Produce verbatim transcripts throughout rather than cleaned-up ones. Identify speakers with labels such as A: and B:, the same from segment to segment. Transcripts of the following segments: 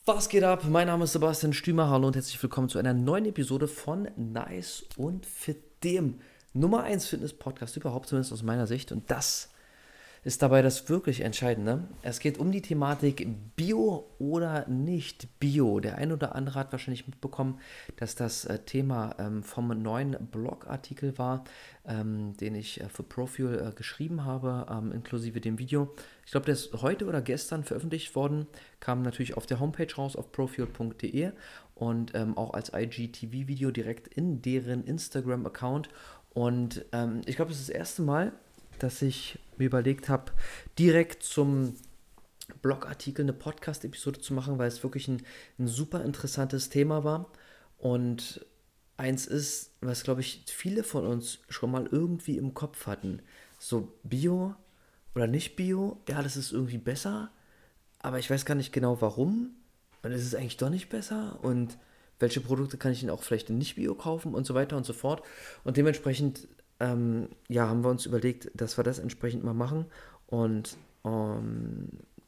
A: Was geht ab? Mein Name ist Sebastian Stümer. Hallo und herzlich willkommen zu einer neuen Episode von Nice und Fit, dem Nummer eins Fitness-Podcast überhaupt, zumindest aus meiner Sicht. Und das ist dabei das wirklich Entscheidende. Es geht um die Thematik Bio oder nicht Bio. Der ein oder andere hat wahrscheinlich mitbekommen, dass das äh, Thema ähm, vom neuen Blogartikel war, ähm, den ich äh, für Profuel äh, geschrieben habe, ähm, inklusive dem Video. Ich glaube, der ist heute oder gestern veröffentlicht worden, kam natürlich auf der Homepage raus, auf profuel punkt de und ähm, auch als I G T V-Video direkt in deren Instagram-Account. Und ähm, ich glaube, es ist das erste Mal, dass ich mir überlegt habe, direkt zum Blogartikel eine Podcast-Episode zu machen, weil es wirklich ein, ein super interessantes Thema war. Und eins ist, was glaube ich viele von uns schon mal irgendwie im Kopf hatten. So Bio oder nicht Bio, ja, das ist irgendwie besser, aber ich weiß gar nicht genau warum. Und es ist eigentlich doch nicht besser. Und welche Produkte kann ich denn auch vielleicht in Nicht-Bio kaufen und so weiter und so fort. Und dementsprechend, ähm, ja, haben wir uns überlegt, dass wir das entsprechend mal machen. Und ähm,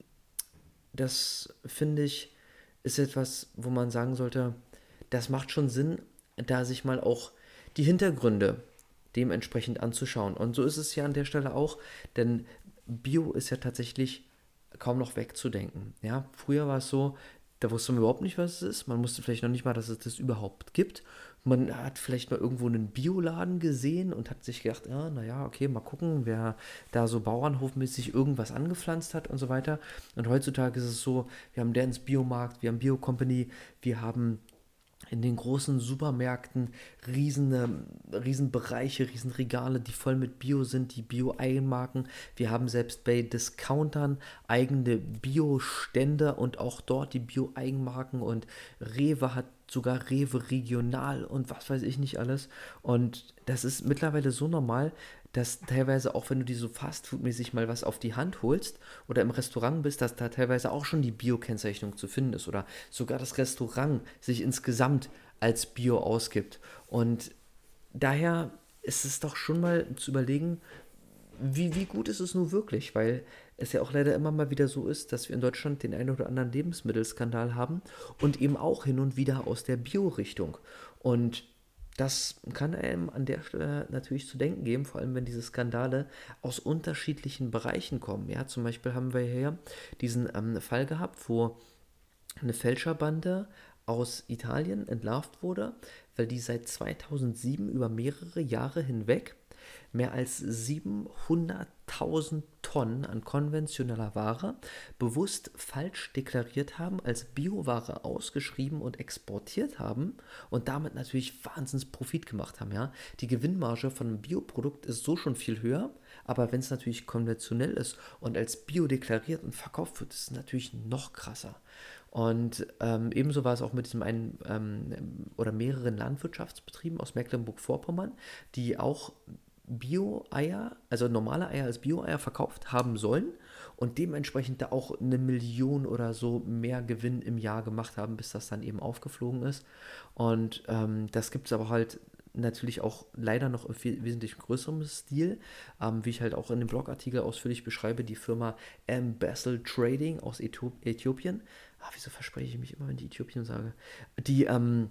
A: das finde ich, ist etwas, wo man sagen sollte, das macht schon Sinn, da sich mal auch die Hintergründe dementsprechend anzuschauen. Und so ist es ja an der Stelle auch, denn Bio ist ja tatsächlich kaum noch wegzudenken. Ja, früher war es so, da wusste man überhaupt nicht, was es ist. Man wusste vielleicht noch nicht mal, dass es das überhaupt gibt. Man hat vielleicht mal irgendwo einen Bioladen gesehen und hat sich gedacht, ja, naja, okay, mal gucken, wer da so bauernhofmäßig irgendwas angepflanzt hat und so weiter. Und heutzutage ist es so, wir haben Dance Biomarkt, wir haben Bio Company, wir haben in den großen Supermärkten riesen, ähm, riesen Bereiche, riesen Regale, die voll mit Bio sind, die Bio-Eigenmarken. Wir haben selbst bei Discountern eigene Bio-Stände und auch dort die Bio-Eigenmarken, und Rewe hat sogar Rewe regional und was weiß ich nicht alles. Und das ist mittlerweile so normal, dass teilweise auch, wenn du dir so Fastfood-mäßig mal was auf die Hand holst oder im Restaurant bist, dass da teilweise auch schon die Bio-Kennzeichnung zu finden ist oder sogar das Restaurant sich insgesamt als Bio ausgibt. Und daher ist es doch schon mal zu überlegen, wie, wie gut ist es nun wirklich, weil es ja auch leider immer mal wieder so ist, dass wir in Deutschland den einen oder anderen Lebensmittelskandal haben und eben auch hin und wieder aus der Bio-Richtung. Und das kann einem an der Stelle natürlich zu denken geben, vor allem wenn diese Skandale aus unterschiedlichen Bereichen kommen. Ja, zum Beispiel haben wir hier diesen ähm, Fall gehabt, wo eine Fälscherbande aus Italien entlarvt wurde, weil die seit zweitausendsieben über mehrere Jahre hinweg mehr als siebenhunderttausend Tonnen an konventioneller Ware bewusst falsch deklariert haben, als Bioware ausgeschrieben und exportiert haben und damit natürlich wahnsinns Profit gemacht haben. Ja? Die Gewinnmarge von einem Bioprodukt ist so schon viel höher, aber wenn es natürlich konventionell ist und als Bio deklariert und verkauft wird, ist es natürlich noch krasser. Und ähm, ebenso war es auch mit diesem einen ähm, oder mehreren Landwirtschaftsbetrieben aus Mecklenburg-Vorpommern, die auch Bio-Eier, also normale Eier als Bio-Eier verkauft haben sollen und dementsprechend da auch eine Million oder so mehr Gewinn im Jahr gemacht haben, bis das dann eben aufgeflogen ist. Und ähm, das gibt es aber halt natürlich auch leider noch im viel, wesentlich größerem Stil, ähm, wie ich halt auch in dem Blogartikel ausführlich beschreibe, die Firma Ambassel Trading aus Äthiop- Äthiopien. Ah, wieso verspreche ich mich immer, wenn ich Äthiopien sage? Die ähm,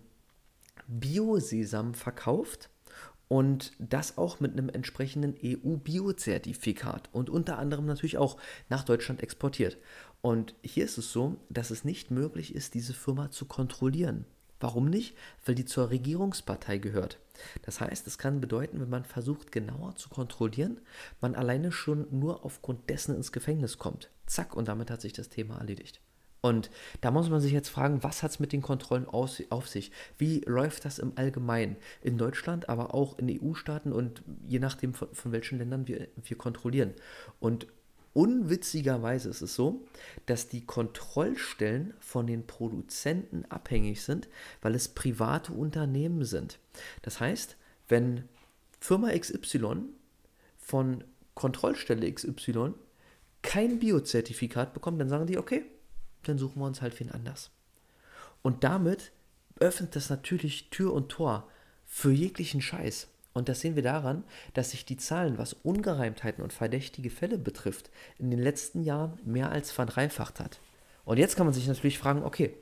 A: Bio-Sesam verkauft und das auch mit einem entsprechenden E U-Bio-Zertifikat und unter anderem natürlich auch nach Deutschland exportiert. Und hier ist es so, dass es nicht möglich ist, diese Firma zu kontrollieren. Warum nicht? Weil die zur Regierungspartei gehört. Das heißt, es kann bedeuten, wenn man versucht, genauer zu kontrolliuen, man alleine schon nur aufgrund dessen ins Gefängnis kommt. Zack, und damit hat sich das Thema erledigt. Und da muss man sich jetzt fragen, was hat es mit den Kontrollen aus, auf sich? Wie läuft das im Allgemeinen in Deutschland, aber auch in E U-Staaten und je nachdem, von, von welchen Ländern wir, wir kontrollieren? Und unwitzigerweise ist es so, dass die Kontrollstellen von den Produzenten abhängig sind, weil es private Unternehmen sind. Das heißt, wenn Firma X Y von Kontrollstelle X Y kein Biozertifikat bekommt, dann sagen die, okay, dann suchen wir uns halt wen anders. Und damit öffnet das natürlich Tür und Tor für jeglichen Scheiß. Und das sehen wir daran, dass sich die Zahlen, was Ungereimtheiten und verdächtige Fälle betrifft, in den letzten Jahren mehr als verdreifacht hat. Und jetzt kann man sich natürlich fragen, okay,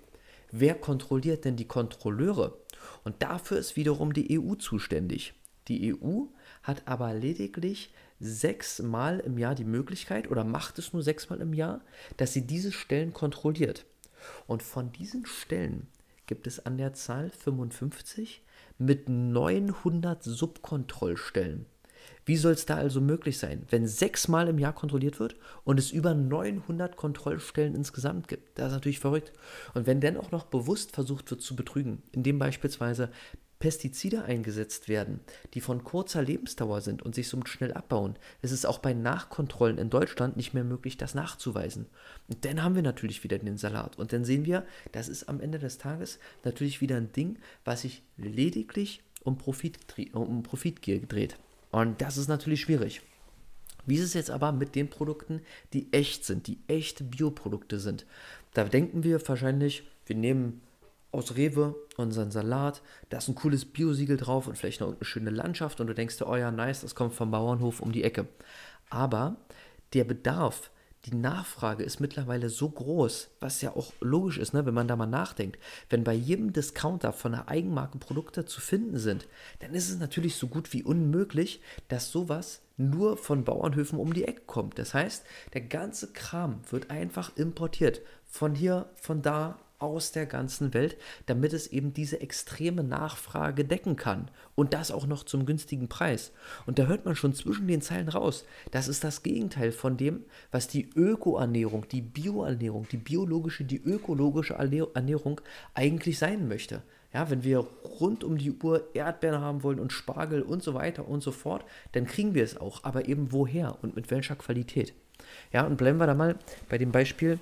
A: Wer kontrolliert denn die Kontrolleure? Und dafür ist wiederum die E U zuständig. Die E U hat aber lediglich sechsmal im Jahr die Möglichkeit oder macht es nur sechsmal im Jahr, dass sie diese Stellen kontrolliert. Und von diesen Stellen gibt es an der Zahl fünfundfünfzig mit neunhundert Subkontrollstellen. Wie soll es da also möglich sein, wenn sechsmal im Jahr kontrolliert wird und es über neunhundert Kontrollstellen insgesamt gibt? Das ist natürlich verrückt. Und wenn dann auch noch bewusst versucht wird zu betrügen, indem beispielsweise Pestizide eingesetzt werden, die von kurzer Lebensdauer sind und sich somit schnell abbauen, ist es auch bei Nachkontrollen in Deutschland nicht mehr möglich, das nachzuweisen. Und dann haben wir natürlich wieder den Salat. Und dann sehen wir, das ist am Ende des Tages natürlich wieder ein Ding, was sich lediglich um Profit, um Profitgier dreht. Und das ist natürlich schwierig. Wie ist es jetzt aber mit den Produkten, die echt sind, die echte Bioprodukte sind? Da denken wir wahrscheinlich, wir nehmen aus Rewe unseren Salat, da ist ein cooles Biosiegel drauf und vielleicht noch eine schöne Landschaft und du denkst dir, oh ja, nice, das kommt vom Bauernhof um die Ecke. Aber der Bedarf, die Nachfrage ist mittlerweile so groß, was ja auch logisch ist, ne, wenn man da mal nachdenkt. Wenn bei jedem Discounter von einer Eigenmarke Produkte zu finden sind, dann ist es natürlich so gut wie unmöglich, dass sowas nur von Bauernhöfen um die Ecke kommt. Das heißt, der ganze Kram wird einfach importiert. Von hier, von da, aus der ganzen Welt, damit es eben diese extreme Nachfrage decken kann. Und das auch noch zum günstigen Preis. Und da hört man schon zwischen den Zeilen raus. Das ist das Gegenteil von dem, was die Ökoernährung, die Bioernährung, die biologische, die ökologische Ernährung eigentlich sein möchte. Ja, wenn wir rund um die Uhr Erdbeeren haben wollen und Spargel und so weiter und so fort, dann kriegen wir es auch. Aber eben woher und mit welcher Qualität? Ja, und bleiben wir da mal bei dem Beispiel,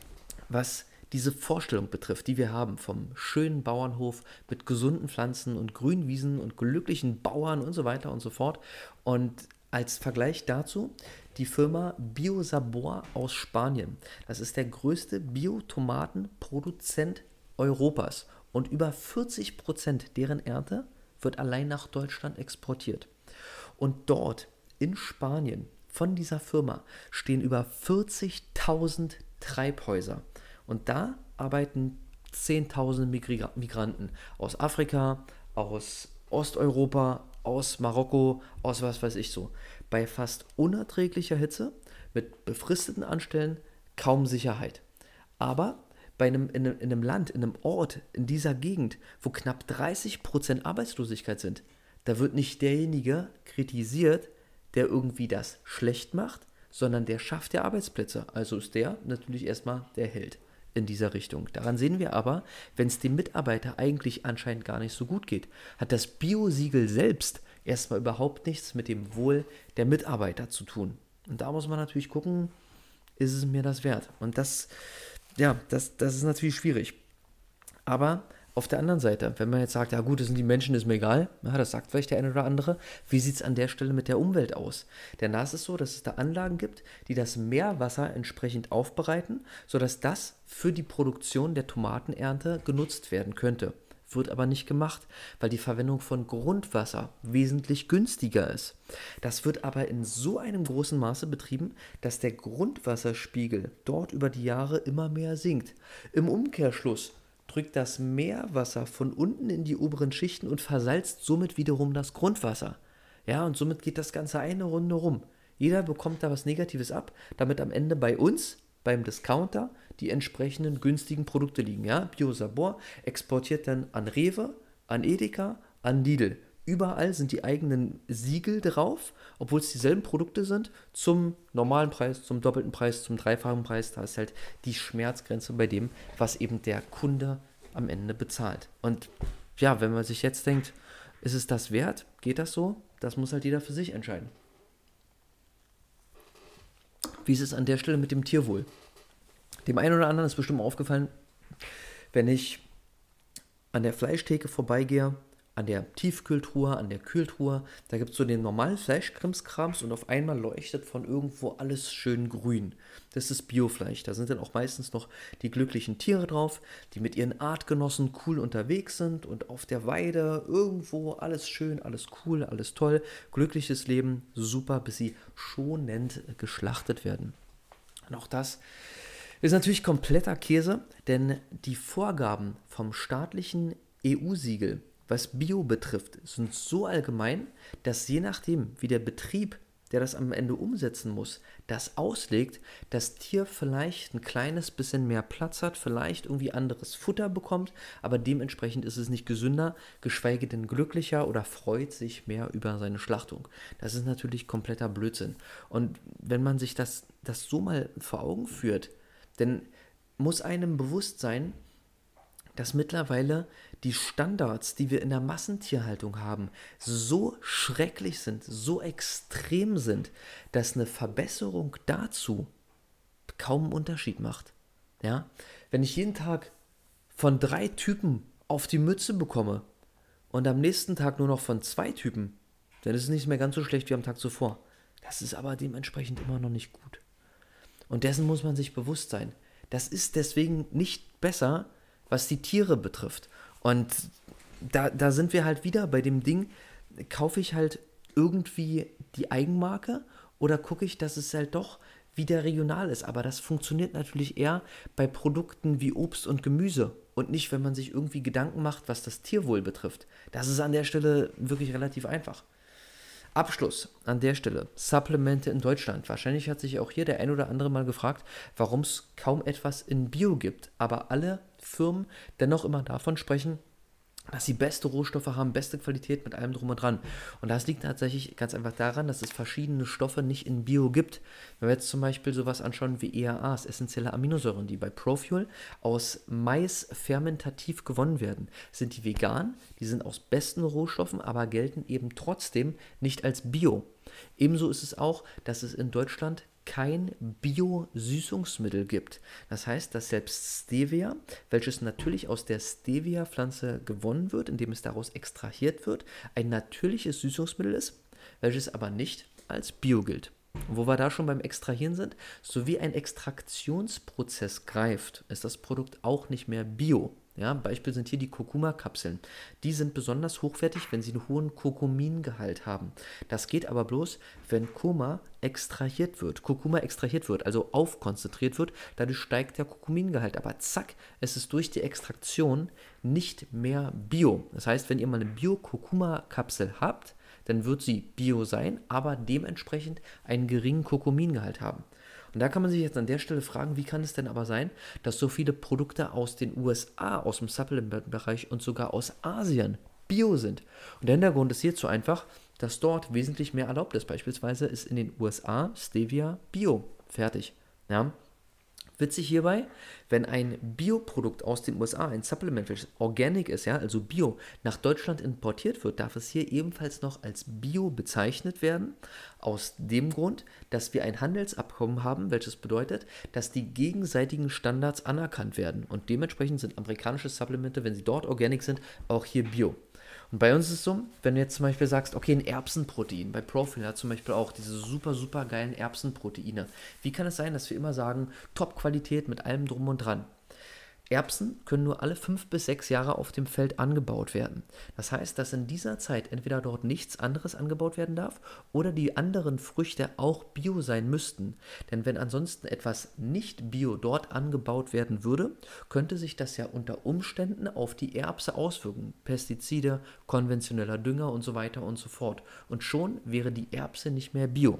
A: was diese Vorstellung betrifft, die wir haben vom schönen Bauernhof mit gesunden Pflanzen und Grünwiesen und glücklichen Bauern und so weiter und so fort. Und als Vergleich dazu die Firma Biosabor aus Spanien. Das ist der größte Biotomatenproduzent Europas. Und über vierzig Prozent deren Ernte wird allein nach Deutschland exportiert. Und dort in Spanien von dieser Firma stehen über vierzigtausend Treibhäuser. Und da arbeiten zehntausend Migra- Migranten aus Afrika, aus Osteuropa, aus Marokko, aus was weiß ich so. Bei fast unerträglicher Hitze, mit befristeten Anstellen, kaum Sicherheit. Aber bei einem, in, einem, in einem Land, in einem Ort, in dieser Gegend, wo knapp dreißig Prozent Arbeitslosigkeit sind, da wird nicht derjenige kritisiert, der irgendwie das schlecht macht, sondern der schafft ja Arbeitsplätze. Also ist der natürlich erstmal der Held in dieser Richtung. Daran sehen wir aber, wenn es dem Mitarbeiter eigentlich anscheinend gar nicht so gut geht, hat das Biosiegel selbst erstmal überhaupt nichts mit dem Wohl der Mitarbeiter zu tun. Und da muss man natürlich gucken, ist es mir das wert? Und das, ja, das, das ist natürlich schwierig. Aber auf der anderen Seite, wenn man jetzt sagt, ja gut, das sind die Menschen, ist mir egal, ja, das sagt vielleicht der eine oder andere, wie sieht es an der Stelle mit der Umwelt aus? Denn da ist es so, dass es da Anlagen gibt, die das Meerwasser entsprechend aufbereiten, sodass das für die Produktion der Tomatenernte genutzt werden könnte. Wird aber nicht gemacht, weil die Verwendung von Grundwasser wesentlich günstiger ist. Das wird aber in so einem großen Maße betrieben, dass der Grundwasserspiegel dort über die Jahre immer mehr sinkt. Im Umkehrschluss drückt das Meerwasser von unten in die oberen Schichten und versalzt somit wiederum das Grundwasser. Ja, und somit geht das Ganze eine Runde rum. Jeder bekommt da was Negatives ab, damit am Ende bei uns, beim Discounter, die entsprechenden günstigen Produkte liegen. Ja, Biosabor exportiert dann an Rewe, an Edeka, an Lidl. Überall sind die eigenen Siegel drauf, obwohl es dieselben Produkte sind, zum normalen Preis, zum doppelten Preis, zum dreifachen Preis. Da ist halt die Schmerzgrenze bei dem, was eben der Kunde am Ende bezahlt. Und ja, wenn man sich jetzt denkt, ist es das wert? Geht das so? Das muss halt jeder für sich entscheiden. Wie ist es an der Stelle mit dem Tierwohl? Dem einen oder anderen ist bestimmt aufgefallen, wenn ich an der Fleischtheke vorbeigehe, an der Tiefkühltruhe, an der Kühltruhe, da gibt es so den normalen Fleischkrimskrams und auf einmal leuchtet von irgendwo alles schön grün. Das ist Biofleisch. Da sind dann auch meistens noch die glücklichen Tiere drauf, die mit ihren Artgenossen cool unterwegs sind und auf der Weide irgendwo alles schön, alles cool, alles toll, glückliches Leben, super, bis sie schonend geschlachtet werden. Und auch das Ist natürlich kompletter Käse, denn die Vorgaben vom staatlichen E U-Siegel, was Bio betrifft, sind so allgemein, dass je nachdem, wie der Betrieb, der das am Ende umsetzen muss, das auslegt, das Tier vielleicht ein kleines bisschen mehr Platz hat, vielleicht irgendwie anderes Futter bekommt, aber dementsprechend ist es nicht gesünder, geschweige denn glücklicher oder freut sich mehr über seine Schlachtung. Das ist natürlich kompletter Blödsinn. Und wenn man sich das, das so mal vor Augen führt, dann muss einem bewusst sein, dass mittlerweile die Standards, die wir in der Massentierhaltung haben, so schrecklich sind, so extrem sind, dass eine Verbesserung dazu kaum einen Unterschied macht. Ja? Wenn ich jeden Tag von drei Typen auf die Mütze bekomme und am nächsten Tag nur noch von zwei Typen, dann ist es nicht mehr ganz so schlecht wie am Tag zuvor. Das ist aber dementsprechend immer noch nicht gut. Und dessen muss man sich bewusst sein. Das ist deswegen nicht besser, was die Tiere betrifft. Und da, da sind wir halt wieder bei dem Ding, kaufe ich halt irgendwie die Eigenmarke oder gucke ich, dass es halt doch wieder regional ist. Aber das funktioniert natürlich eher bei Produkten wie Obst und Gemüse und nicht, wenn man sich irgendwie Gedanken macht, was das Tierwohl betrifft. Das ist an der Stelle wirklich relativ einfach. Abschluss an der Stelle. Supplemente in Deutschland. Wahrscheinlich hat sich auch hier der ein oder andere mal gefragt, warum es kaum etwas in Bio gibt. Aber alle Firmen dennoch immer davon sprechen, dass sie beste Rohstoffe haben, beste Qualität mit allem drum und dran. Und das liegt tatsächlich ganz einfach daran, dass es verschiedene Stoffe nicht in Bio gibt. Wenn wir jetzt zum Beispiel sowas anschauen wie E A As, essentielle Aminosäuren, die bei ProFuel aus Mais fermentativ gewonnen werden, sind die vegan, die sind aus besten Rohstoffen, aber gelten eben trotzdem nicht als Bio. Ebenso ist es auch, dass es in Deutschland kein Bio-Süßungsmittel gibt. Das heißt, dass selbst Stevia, welches natürlich aus der Stevia-Pflanze gewonnen wird, indem es daraus extrahiert wird, ein natürliches Süßungsmittel ist, welches aber nicht als Bio gilt. Und wo wir da schon beim Extrahieren sind, sowie ein Extraktionsprozess greift, ist das Produkt auch nicht mehr Bio. Ja, Beispiel sind hier die Kurkuma-Kapseln. Die sind besonders hochwertig, wenn sie einen hohen Kurkumingehalt haben. Das geht aber bloß, wenn Kurkuma extrahiert wird. Kurkuma extrahiert wird, also aufkonzentriert wird. Dadurch steigt der Kurkumingehalt. Aber zack, es ist durch die Extraktion nicht mehr Bio. Das heißt, wenn ihr mal eine Bio-Kurkuma-Kapsel habt, dann wird sie Bio sein, aber dementsprechend einen geringen Kurkumingehalt haben. Und da kann man sich jetzt an der Stelle fragen, wie kann es denn aber sein, dass so viele Produkte aus den U S A, aus dem Supplement-Bereich und sogar aus Asien Bio sind? Und der Hintergrund ist hierzu einfach, dass dort wesentlich mehr erlaubt ist. Beispielsweise ist in den U S A Stevia Bio fertig. Ja? Witzig hierbei, wenn ein Bioprodukt aus den U S A, ein Supplement, welches organic ist, ja, also Bio, nach Deutschland importiert wird, darf es hier ebenfalls noch als Bio bezeichnet werden, aus dem Grund, dass wir ein Handelsabkommen haben, welches bedeutet, dass die gegenseitigen Standards anerkannt werden und dementsprechend sind amerikanische Supplemente, wenn sie dort organic sind, auch hier Bio. Und bei uns ist es so, wenn du jetzt zum Beispiel sagst, okay, ein Erbsenprotein, bei Profil hat zum Beispiel auch diese super, super geilen Erbsenproteine. Wie kann es sein, dass wir immer sagen, Top-Qualität mit allem drum und dran? Erbsen können nur alle fünf bis sechs Jahre auf dem Feld angebaut werden. Das heißt, dass in dieser Zeit entweder dort nichts anderes angebaut werden darf oder die anderen Früchte auch bio sein müssten. Denn wenn ansonsten etwas nicht bio dort angebaut werden würde, könnte sich das ja unter Umständen auf die Erbse auswirken. Pestizide, konventioneller Dünger und so weiter und so fort. Und schon wäre die Erbse nicht mehr bio.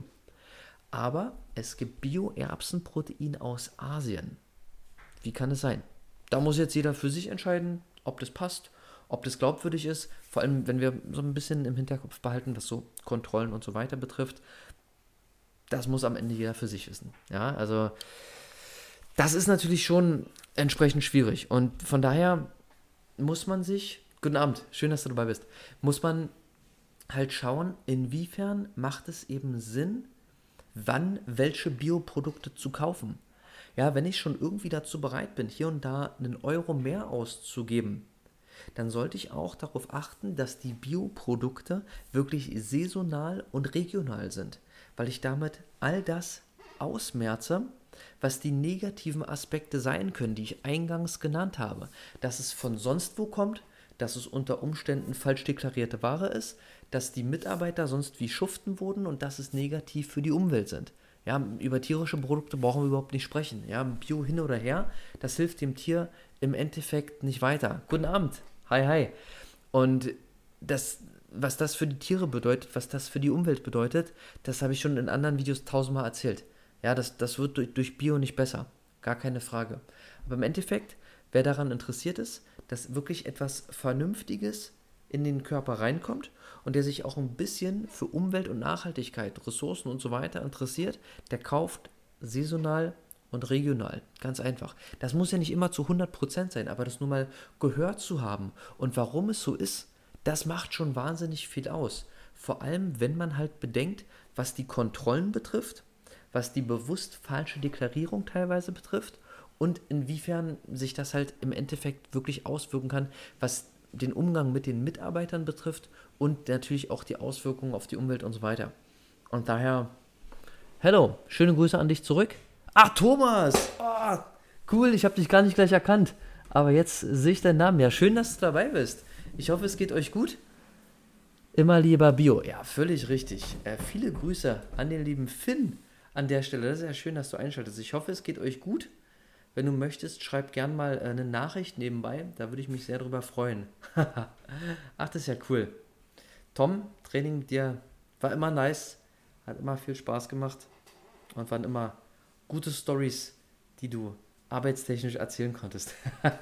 A: Aber es gibt Bio-Erbsenprotein aus Asien. Wie kann es sein? Da muss jetzt jeder für sich entscheiden, ob das passt, ob das glaubwürdig ist. Vor allem, wenn wir so ein bisschen im Hinterkopf behalten, was so Kontrollen und so weiter betrifft. Das muss am Ende jeder für sich wissen. Ja, also das ist natürlich schon entsprechend schwierig. Und von daher muss man sich, guten Abend, schön, dass du dabei bist, muss man halt schauen, inwiefern macht es eben Sinn, wann welche Bioprodukte zu kaufen. Ja, wenn ich schon irgendwie dazu bereit bin, hier und da einen Euro mehr auszugeben, dann sollte ich auch darauf achten, dass die Bioprodukte wirklich saisonal und regional sind, weil ich damit all das ausmerze, was die negativen Aspekte sein können, die ich eingangs genannt habe. Dass es von sonst wo kommt, dass es unter Umständen falsch deklarierte Ware ist, dass die Mitarbeiter sonst wie schuften wurden und dass es negativ für die Umwelt sind. Ja, über tierische Produkte brauchen wir überhaupt nicht sprechen. Ja, Bio hin oder her, das hilft dem Tier im Endeffekt nicht weiter. Guten Abend. Hi, hi. Und das, was das für die Tiere bedeutet, was das für die Umwelt bedeutet, das habe ich schon in anderen Videos tausendmal erzählt. Ja, das, das wird durch, durch Bio nicht besser. Gar keine Frage. Aber im Endeffekt, wer daran interessiert ist, dass wirklich etwas Vernünftiges in den Körper reinkommt und der sich auch ein bisschen für Umwelt und Nachhaltigkeit, Ressourcen und so weiter interessiert, der kauft saisonal und regional. Ganz einfach. Das muss ja nicht immer zu hundert Prozent sein, aber das nur mal gehört zu haben und warum es so ist, das macht schon wahnsinnig viel aus. Vor allem, wenn man halt bedenkt, was die Kontrollen betrifft, was die bewusst falsche Deklarierung teilweise betrifft und inwiefern sich das halt im Endeffekt wirklich auswirken kann, was den Umgang mit den Mitarbeitern betrifft und natürlich auch die Auswirkungen auf die Umwelt und so weiter. Und daher, hello, schöne Grüße an dich zurück. Ach, Thomas! Oh, cool, ich habe dich gar nicht gleich erkannt. Aber jetzt sehe ich deinen Namen. Ja, schön, dass du dabei bist. Ich hoffe, es geht euch gut. Immer lieber Bio. Ja, völlig richtig. Äh, viele Grüße an den lieben Finn an der Stelle. Das ist ja schön, dass du einschaltest. Ich hoffe, es geht euch gut. Wenn du möchtest, schreib gern mal äh, eine Nachricht nebenbei. Da würde ich mich sehr drüber freuen. Ach, das ist ja cool. Tom, Training mit dir war immer nice. Hat immer viel Spaß gemacht. Und waren immer gute Stories, die du arbeitstechnisch erzählen konntest.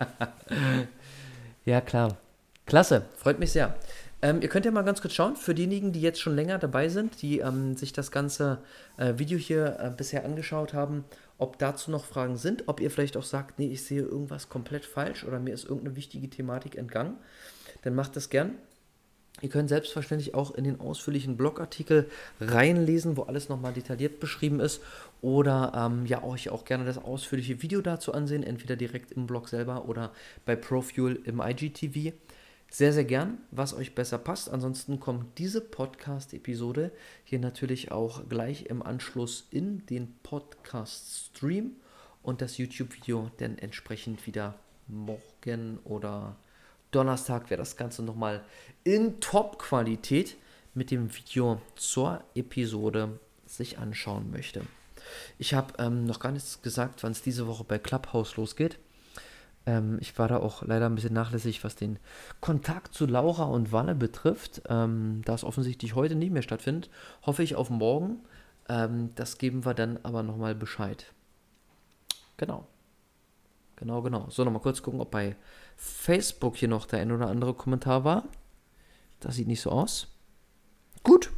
A: Ja, klar. Klasse, freut mich sehr. Ähm, ihr könnt ja mal ganz kurz schauen, für diejenigen, die jetzt schon länger dabei sind, die ähm, sich das ganze äh, Video hier äh, bisher angeschaut haben, ob dazu noch Fragen sind, ob ihr vielleicht auch sagt, nee, ich sehe irgendwas komplett falsch oder mir ist irgendeine wichtige Thematik entgangen, dann macht das gern. Ihr könnt selbstverständlich auch in den ausführlichen Blogartikel reinlesen, wo alles nochmal detailliert beschrieben ist oder ähm, ja, euch auch gerne das ausführliche Video dazu ansehen, entweder direkt im Blog selber oder bei ProFuel im I G T V. Sehr, sehr gern, was euch besser passt. Ansonsten kommt diese Podcast-Episode hier natürlich auch gleich im Anschluss in den Podcast-Stream und das YouTube-Video dann entsprechend wieder morgen oder Donnerstag, wer das Ganze nochmal in Top-Qualität mit dem Video zur Episode sich anschauen möchte. Ich habe ähm, noch gar nichts gesagt, wann es diese Woche bei Clubhouse losgeht. Ähm, ich war da auch leider ein bisschen nachlässig, was den Kontakt zu Laura und Walle betrifft. Ähm, da es offensichtlich heute nicht mehr stattfindet, hoffe ich auf morgen. Ähm, das geben wir dann aber nochmal Bescheid. Genau. Genau, genau. So, nochmal kurz gucken, ob bei Facebook hier noch der ein oder andere Kommentar war. Das sieht nicht so aus. Gut.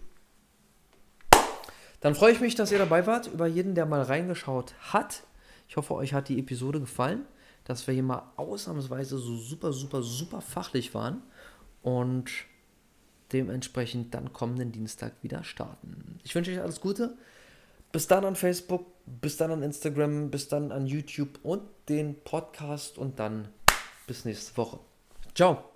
A: Dann freue ich mich, dass ihr dabei wart. Über jeden, der mal reingeschaut hat. Ich hoffe, euch hat die Episode gefallen. Dass wir hier mal ausnahmsweise so super, super, super fachlich waren. Und dementsprechend dann kommenden Dienstag wieder starten. Ich wünsche euch alles Gute. Bis dann an Facebook, bis dann an Instagram, bis dann an YouTube und den Podcast und dann bis nächste Woche. Ciao.